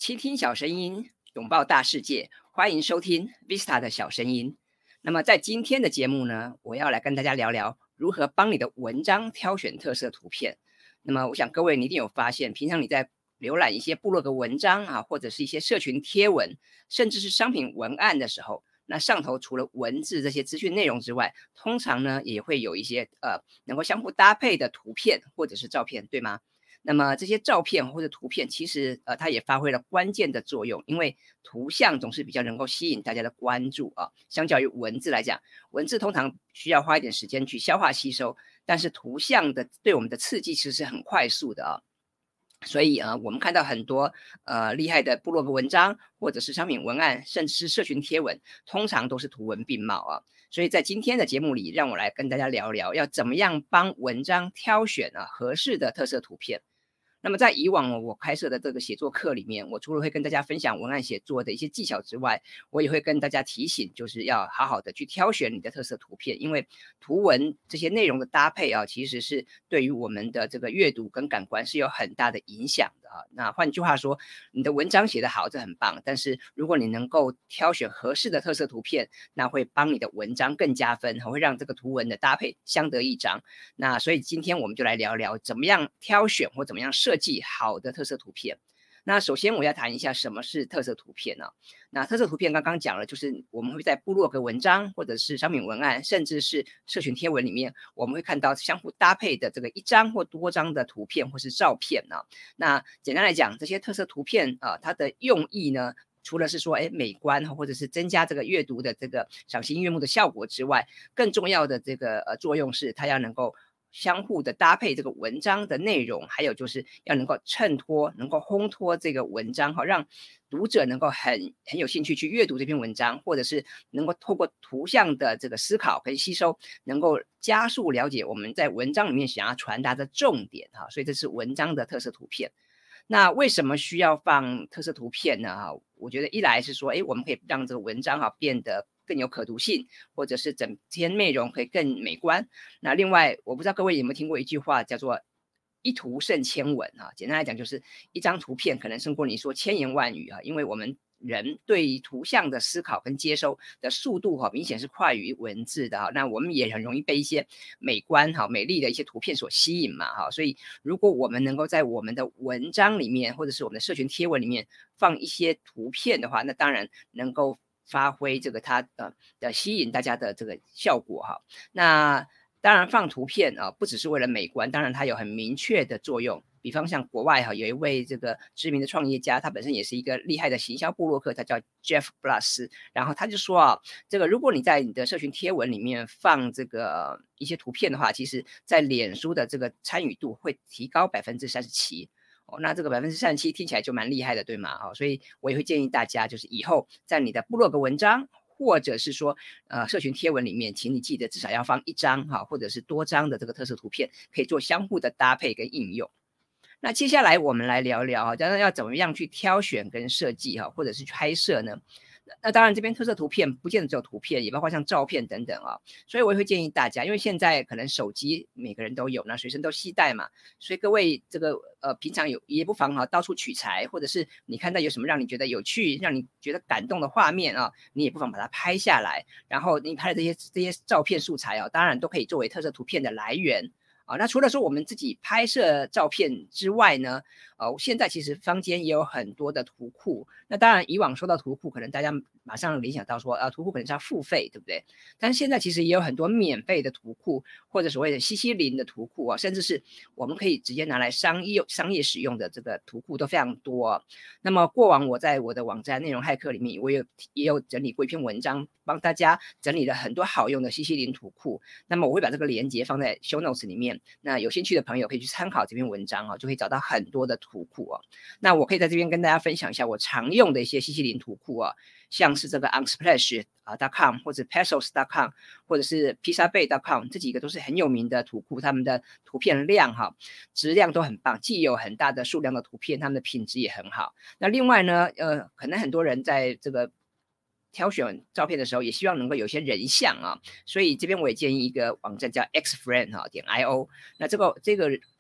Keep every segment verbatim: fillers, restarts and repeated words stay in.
倾听小声音，拥抱大世界，欢迎收听 Vista 的小声音。那么在今天的节目呢，我要来跟大家聊聊如何帮你的文章挑选特色图片。那么我想各位你一定有发现，平常你在浏览一些部落格文章啊，或者是一些社群贴文，甚至是商品文案的时候，那上头除了文字这些资讯内容之外，通常呢也会有一些呃能够相互搭配的图片或者是照片，对吗？那么这些照片或者图片，其实呃它也发挥了关键的作用，因为图像总是比较能够吸引大家的关注啊。相较于文字来讲，文字通常需要花一点时间去消化吸收，但是图像的对我们的刺激其实是很快速的啊。所以啊，呃我们看到很多呃厉害的部落格文章，或者是商品文案，甚至是社群贴文，通常都是图文并茂啊。所以在今天的节目里，让我来跟大家聊聊，要怎么样帮文章挑选啊合适的特色图片。那么在以往我开设的这个写作课里面，我除了会跟大家分享文案写作的一些技巧之外，我也会跟大家提醒，就是要好好的去挑选你的特色图片，因为图文这些内容的搭配啊，其实是对于我们的这个阅读跟感官是有很大的影响的啊。那换句话说，你的文章写得好，这很棒，但是如果你能够挑选合适的特色图片，那会帮你的文章更加分，会让这个图文的搭配相得益彰。那所以今天我们就来聊聊怎么样挑选或怎么样设计好的特色图片。那首先我要谈一下什么是特色图片呢、那特色图片刚刚讲了，就是我们会在部落格文章或者是商品文案，甚至是社群贴文里面，我们会看到相互搭配的这个一张或多张的图片或是照片呢、那简单来讲，这些特色图片啊、它的用意呢，除了是说，哎，美观或者是增加这个阅读的这个赏心悦目的效果之外，更重要的这个呃作用是，它要能够相互的搭配这个文章的内容，还有就是要能够衬托、能够烘托这个文章哈，让读者能够很很有兴趣去阅读这篇文章，或者是能够透过图像的这个思考跟吸收，能够加速了解我们在文章里面想要传达的重点哈。所以这是文章的特色图片。那为什么需要放特色图片呢？哈，我觉得一来是说，诶，我们可以让这个文章哈变得更有可读性，或者是整篇内容可以更美观。那另外，我不知道各位有没有听过一句话叫做“一图胜千文”啊？简单来讲，就是一张图片可能胜过你说千言万语啊，因为我们人对于图像的思考跟接收的速度哈，明显是快于文字的哈。那我们也很容易被一些美观哈、美丽的一些图片所吸引嘛哈。所以，如果我们能够在我们的文章里面，或者是我们的社群贴文里面放一些图片的话，那当然能够发挥这个它呃的吸引大家的这个效果哈。那当然放图片啊，不只是为了美观，当然它有很明确的作用。比方像国外哈，有一位这个知名的创业家，他本身也是一个厉害的行销部落客，他叫 Jeff 布拉斯。然后他就说啊，这个如果你在你的社群贴文里面放这个一些图片的话，其实在脸书的这个参与度会提高百分之三十七。哦，那这个百分之三十七听起来就蛮厉害的，对吗？哦，所以我也会建议大家，就是以后在你的部落格文章，或者是说呃社群贴文里面，请你记得至少要放一张哈，或者是多张的这个特色图片，可以做相互的搭配跟应用。那接下来我们来聊聊啊，当然要怎么样去挑选跟设计哈，或者是去拍摄呢？那那当然，这边特色图片不见得只有图片，也包括像照片等等啊。所以我也会建议大家，因为现在可能手机每个人都有，那随身都携带嘛，所以各位这个呃平常有也不妨哈到处取材，或者是你看到有什么让你觉得有趣、让你觉得感动的画面啊，你也不妨把它拍下来。然后你拍的这些这些照片素材啊，当然都可以作为特色图片的来源。啊，那除了说我们自己拍摄照片之外呢，呃，现在其实坊间也有很多的图库。那当然，以往说到图库，可能大家马上联想到说，啊，图库可能是要付费，对不对？但是现在其实也有很多免费的图库，或者所谓的西西林的图库啊，甚至是我们可以直接拿来商业商业使用的这个图库都非常多啊。那么过往我在我的网站内容骇客里面，我有也有整理过一篇文章，帮大家整理了很多好用的西西林图库。那么我会把这个链接放在 show notes 里面，那有兴趣的朋友可以去参考这篇文章啊，就可以找到很多的图库啊。那我可以在这边跟大家分享一下我常用的一些西西林图库啊，像是这个 unsplash 啊 .com 或者 pesos .com 或者是 pixabay .com 这几个都是很有名的图库，他们的图片量哈、质量都很棒，既有很大的数量的图片，他们的品质也很好。那另外呢，呃，可能很多人在这个挑选照片的时候，也希望能够有一些人像啊，所以这边我也建议一个网站叫 xfriend 哈点 io。那这个这个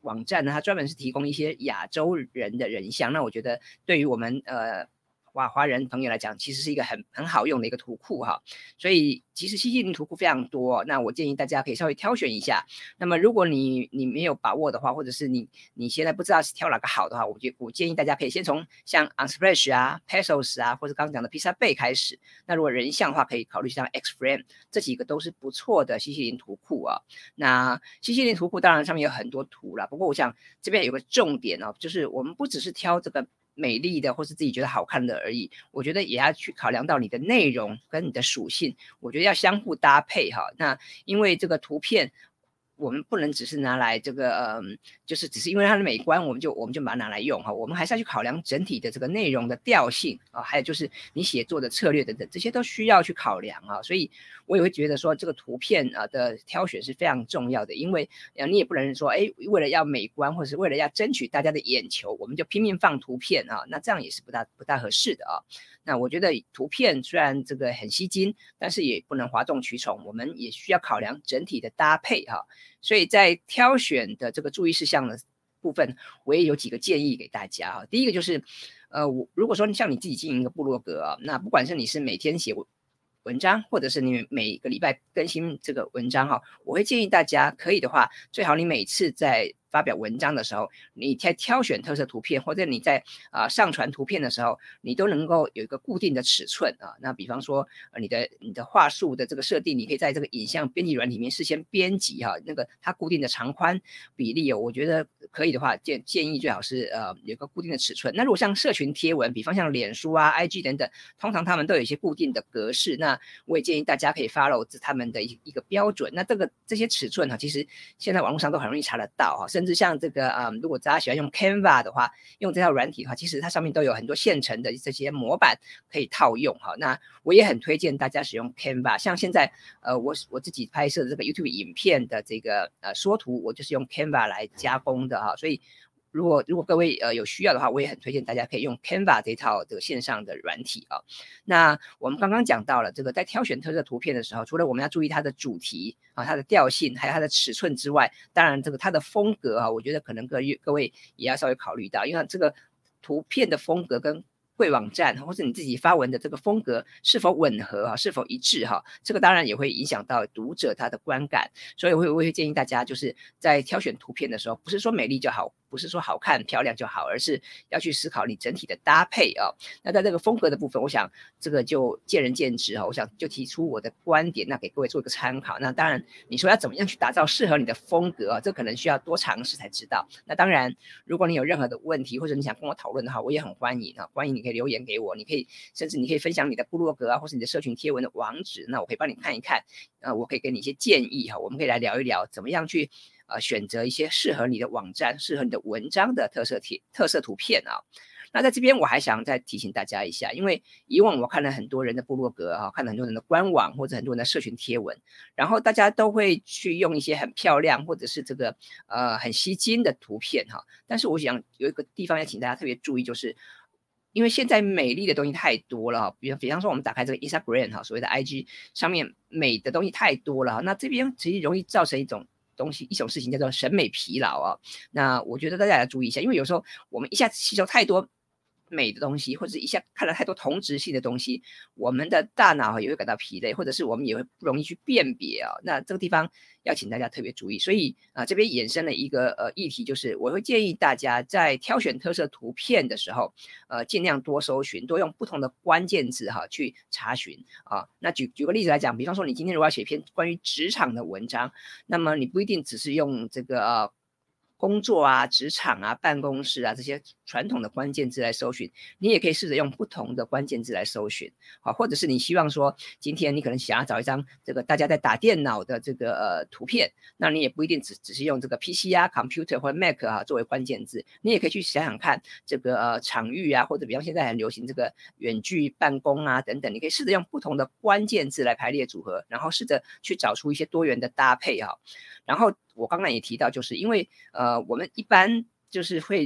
网站呢，它专门是提供一些亚洲人的人像，那我觉得对于我们呃华华人朋友来讲，其实是一个很很好用的一个图库哈。所以其实西西林图库非常多，那我建议大家可以稍微挑选一下。那么如果你你没有把握的话，或者是你你现在不知道是挑哪个好的话，我觉我建议大家可以先从像 Unsplash 啊、Pesos 啊，或者刚刚讲的 Pixabay 开始。那如果人像的话，可以考虑像 Xframe，这几个都是不错的西西林图库啊。那西西林图库当然上面有很多图啦，不过我想这边有个重点哦，就是我们不只是挑这个美丽的或是自己觉得好看的而已，我觉得也要去考量到你的内容跟你的属性，我觉得要相互搭配哈。那因为这个图片我们不能只是拿来这个，嗯，就是只是因为它的美观，我们就我们就把它拿来用哈。我们还是要去考量整体的这个内容的调性啊，还有就是你写作的策略等等，这些都需要去考量啊。所以我也会觉得说，这个图片啊的挑选是非常重要的，因为呃你也不能说，哎，为了要美观或者是为了要争取大家的眼球，我们就拼命放图片啊，那这样也是不大不大合适的啊。那我觉得图片虽然这个很吸睛，但是也不能哗众取宠，我们也需要考量整体的搭配哈。所以在挑选的这个注意事项的部分，我也有几个建议给大家哈。第一个就是，呃，我如果说像你自己经营一个部落格啊，那不管是你是每天写文章，或者是你每个礼拜更新这个文章哈，我会建议大家可以的话，最好你每次在发表文章的时候，你在挑选特色图片，或者你在啊、呃上传图片的时候，你都能够有一个固定的尺寸啊。那比方说，呃，你的你的话术的这个设定，你可以在这个影像编辑软里面事先编辑哈、那个它固定的长宽比例哦，我觉得可以的话，建建议最好是呃有一个固定的尺寸。那如果像社群贴文，比方像脸书啊、I G 等等，通常他们都有一些固定的格式，那我也建议大家可以 follow 他们的一一个标准。那这个这些尺寸哈、其实现在网络上都很容易查得到哈、甚至像这个啊、嗯如果大家喜欢用 Canva 的话，用这套软体的话，其实它上面都有很多现成的这些模板可以套用哈。那我也很推荐大家使用 Canva，像现在呃我我自己拍摄的这个 YouTube 影片的这个呃缩图，我就是用 Canva 来加工的哈，所以。如果如果各位呃有需要的话，我也很推荐大家可以用 Canva 这套这个线上的软体啊。那我们刚刚讲到了这个在挑选特色图片的时候，除了我们要注意它的主题啊、它的调性，还有它的尺寸之外，当然这个它的风格啊，我觉得可能各位各位也要稍微考虑到，因为这个图片的风格跟贵网站或者你自己发文的这个风格是否吻合哈，是否一致哈，这个当然也会影响到读者他的观感，所以我会我会建议大家就是在挑选图片的时候，不是说美丽就好，不是说好看漂亮就好，而是要去思考你整体的搭配啊。那在这个风格的部分，我想这个就见仁见智哈，我想就提出我的观点，那给各位做一个参考。那当然你说要怎么样去打造适合你的风格啊，这可能需要多尝试才知道。那当然，如果你有任何的问题或者你想跟我讨论的话，我也很欢迎啊，欢迎你可以留言给我，你可以甚至你可以分享你的部落格啊，或是你的社群贴文的网址，那我可以帮你看一看，呃，我可以给你一些建议哈，我们可以来聊一聊怎么样去呃选择一些适合你的网站、适合你的文章的特色贴特色图片啊。那在这边我还想再提醒大家一下，因为以往我看了很多人的部落格啊，看了很多人的官网或者很多人的社群贴文，然后大家都会去用一些很漂亮或者是这个呃很吸睛的图片哈。但是我想有一个地方要请大家特别注意，就是因为现在美丽的东西太多了哈，比比方说我们打开这个 Instagram 哈，所谓的 I G 上面美的东西太多了，那这边其实容易造成一种东西一种事情叫做审美疲劳啊。那我觉得大家要注意一下，因为有时候我们一下子吸收太多美的东西，或者是一下看了太多同质性的东西，我们的大脑也会感到疲累，或者是我们也会不容易去辨别啊。那这个地方要请大家特别注意。所以啊、这边衍生了一个呃议题，就是我会建议大家在挑选特色图片的时候，呃，尽量多搜寻，多用不同的关键字哈去查询啊。那举举个例子来讲，比方说你今天如果要写一篇关于职场的文章，那么你不一定只是用这个呃工作啊、职场啊、办公室啊这些传统的关键字来搜寻，你也可以试着用不同的关键字来搜寻，好，或者是你希望说今天你可能想要找一张这个大家在打电脑的这个呃图片，那你也不一定只只是用这个 P C 啊、computer 或者 Mac 啊作为关键字，你也可以去想想看这个呃场域啊，或者比方现在很流行这个远距办公啊等等，你可以试着用不同的关键字来排列组合，然后试着去找出一些多元的搭配哈。然后我刚刚也提到，就是因为呃我们一般就是会容易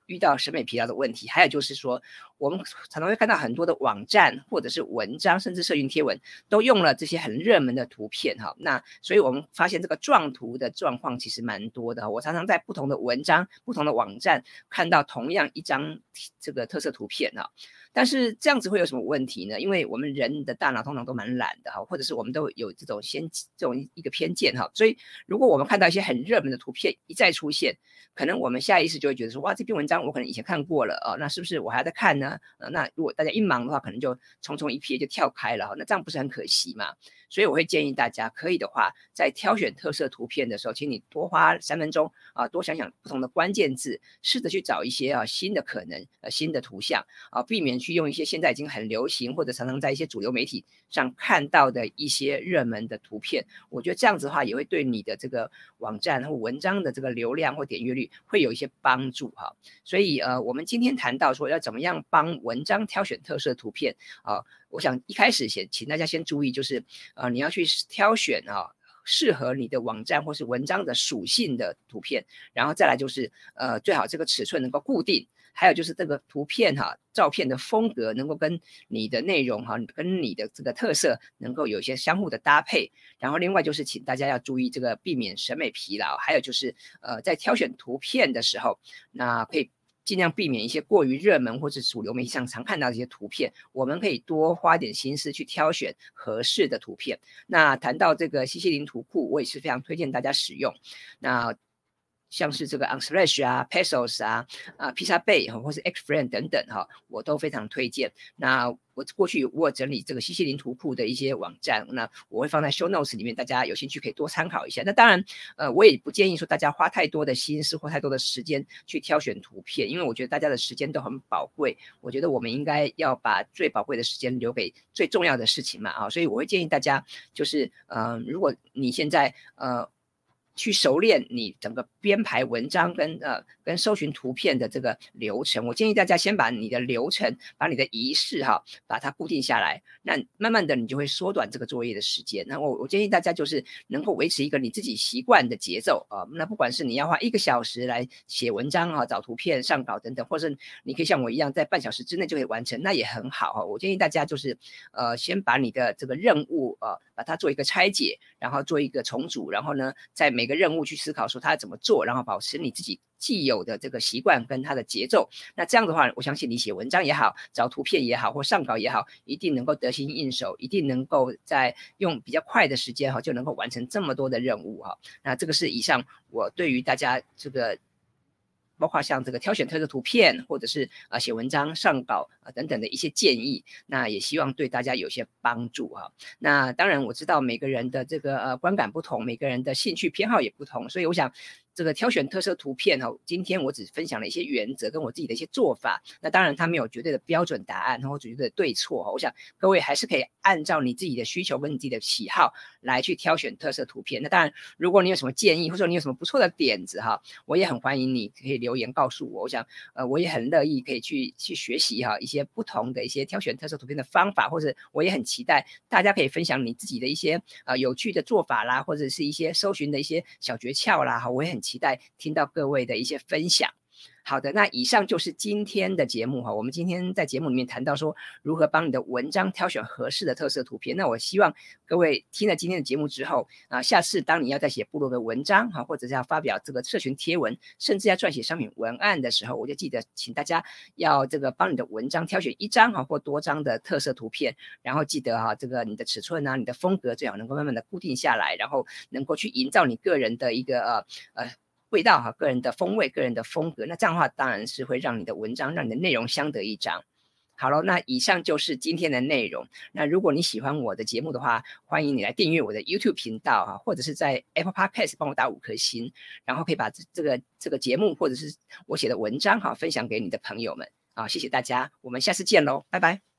遇到审美疲劳的问题。还有就是说，我们常常会看到很多的网站或者是文章，甚至社群贴文都用了这些很热门的图片哈。那所以我们发现这个撞图的状况其实蛮多的。我常常在不同的文章、不同的网站看到同样一张这个特色图片哈。但是这样子会有什么问题呢？因为我们人的大脑通常都蛮懒的哈，或者是我们都有这种先这种一个偏见哈，所以如果我们看到一些很热门的图片一再出现，可能我们下意识就会觉得说，哇，这篇文章我可能以前看过了啊，那是不是我还要再看呢？呃，那如果大家一忙的话，可能就匆匆一瞥就跳开了哈，那这样不是很可惜吗？所以我会建议大家，可以的话，在挑选特色图片的时候，请你多花三分钟啊，多想想不同的关键字，试着去找一些啊新的可能、呃新的图像啊，避免去用一些现在已经很流行或者常常在一些主流媒体上看到的一些热门的图片。我觉得这样子的话，也会对你的这个网站或文章的这个流量或点阅率会有一些帮助哈。所以呃，我们今天谈到说要怎么样帮文章挑选特色图片啊，我想一开始先请大家先注意，就是呃你要去挑选啊。适合你的网站或是文章的属性的图片，然后再来就是呃最好这个尺寸能够固定，还有就是这个图片哈，照片的风格能够跟你的内容哈，跟你的这个特色能够有一些相互的搭配。然后另外就是请大家要注意这个避免审美疲劳，还有就是呃在挑选图片的时候，那可以尽量避免一些过于热门或者主流媒体上常看到的一些图片，我们可以多花点心思去挑选合适的图片。那谈到这个西西林图库，我也是非常推荐大家使用。那像是这个 Unsplash 啊、Pesos 啊、啊 Pixabay 或是 Xframe 等等哈，我都非常推荐。那我过去我有整理这个西西林图库的一些网站，那我会放在 show notes 里面，大家有兴趣可以多参考一下。那当然，呃，我也不建议说大家花太多的心思或太多的时间去挑选图片，因为我觉得大家的时间都很宝贵。我觉得我们应该要把最宝贵的时间留给最重要的事情嘛啊，所以我会建议大家就是，呃，如果你现在呃。去熟练你整个编排文章跟呃跟搜寻图片的这个流程，我建议大家先把你的流程、把你的仪式哈，把它固定下来。那慢慢的你就会缩短这个作业的时间。那我我建议大家就是能够维持一个你自己习惯的节奏啊。那不管是你要花一个小时来写文章啊、找图片、上稿等等，或是你可以像我一样在半小时之内就可以完成，那也很好哈。我建议大家就是呃先把你的这个任务呃把它做一个拆解，然后做一个重组，然后呢在每个任务去思考说它怎么做，然后保持你自己既有的这个习惯跟它的节奏。那这样的话，我相信你写文章也好，找图片也好，或上稿也好，一定能够得心应手，一定能够在用比较快的时间哈，就能够完成这么多的任务哈。那这个是以上我对于大家这个。包括像这个挑选特色图片，或者是呃写文章、上稿啊、呃、等等的一些建议，那也希望对大家有些帮助哈。那当然我知道每个人的这个呃观感不同，每个人的兴趣偏好也不同，所以我想这个挑选特色图片哈，今天我只分享了一些原则跟我自己的一些做法。那当然它没有绝对的标准答案或绝对的对错哈，我想各位还是可以按照你自己的需求跟你自己的喜好来去挑选特色图片。那当然，如果你有什么建议，或者说你有什么不错的点子哈，我也很欢迎你可以留言告诉我。我想呃我也很乐意可以去去学习哈一些不同的一些挑选特色图片的方法，或者我也很期待大家可以分享你自己的一些呃有趣的做法啦，或者是一些搜寻的一些小诀窍啦哈，我也很期待听到各位的一些分享。好的，那以上就是今天的节目哈。我们今天在节目里面谈到说如何帮你的文章挑选合适的特色图片。那我希望各位听了今天的节目之后啊，下次当你要在写部落的文章哈，或者是要发表这个社群贴文，甚至要撰写商品文案的时候，我就记得请大家要这个帮你的文章挑选一张哈或多张的特色图片，然后记得哈这个你的尺寸啊、你的风格最好能够慢慢的固定下来，然后能够去营造你个人的一个呃呃。味道哈，个人的风味，个人的风格，那这样的话当然是会让你的文章，让你的内容相得益彰。好了，那以上就是今天的内容。那如果你喜欢我的节目的话，欢迎你来订阅我的 YouTube 频道哈，或者是在 Apple Podcast 帮我打五颗星，然后可以把这这个这个节目或者是我写的文章哈分享给你的朋友们啊，谢谢大家，我们下次见喽，拜拜。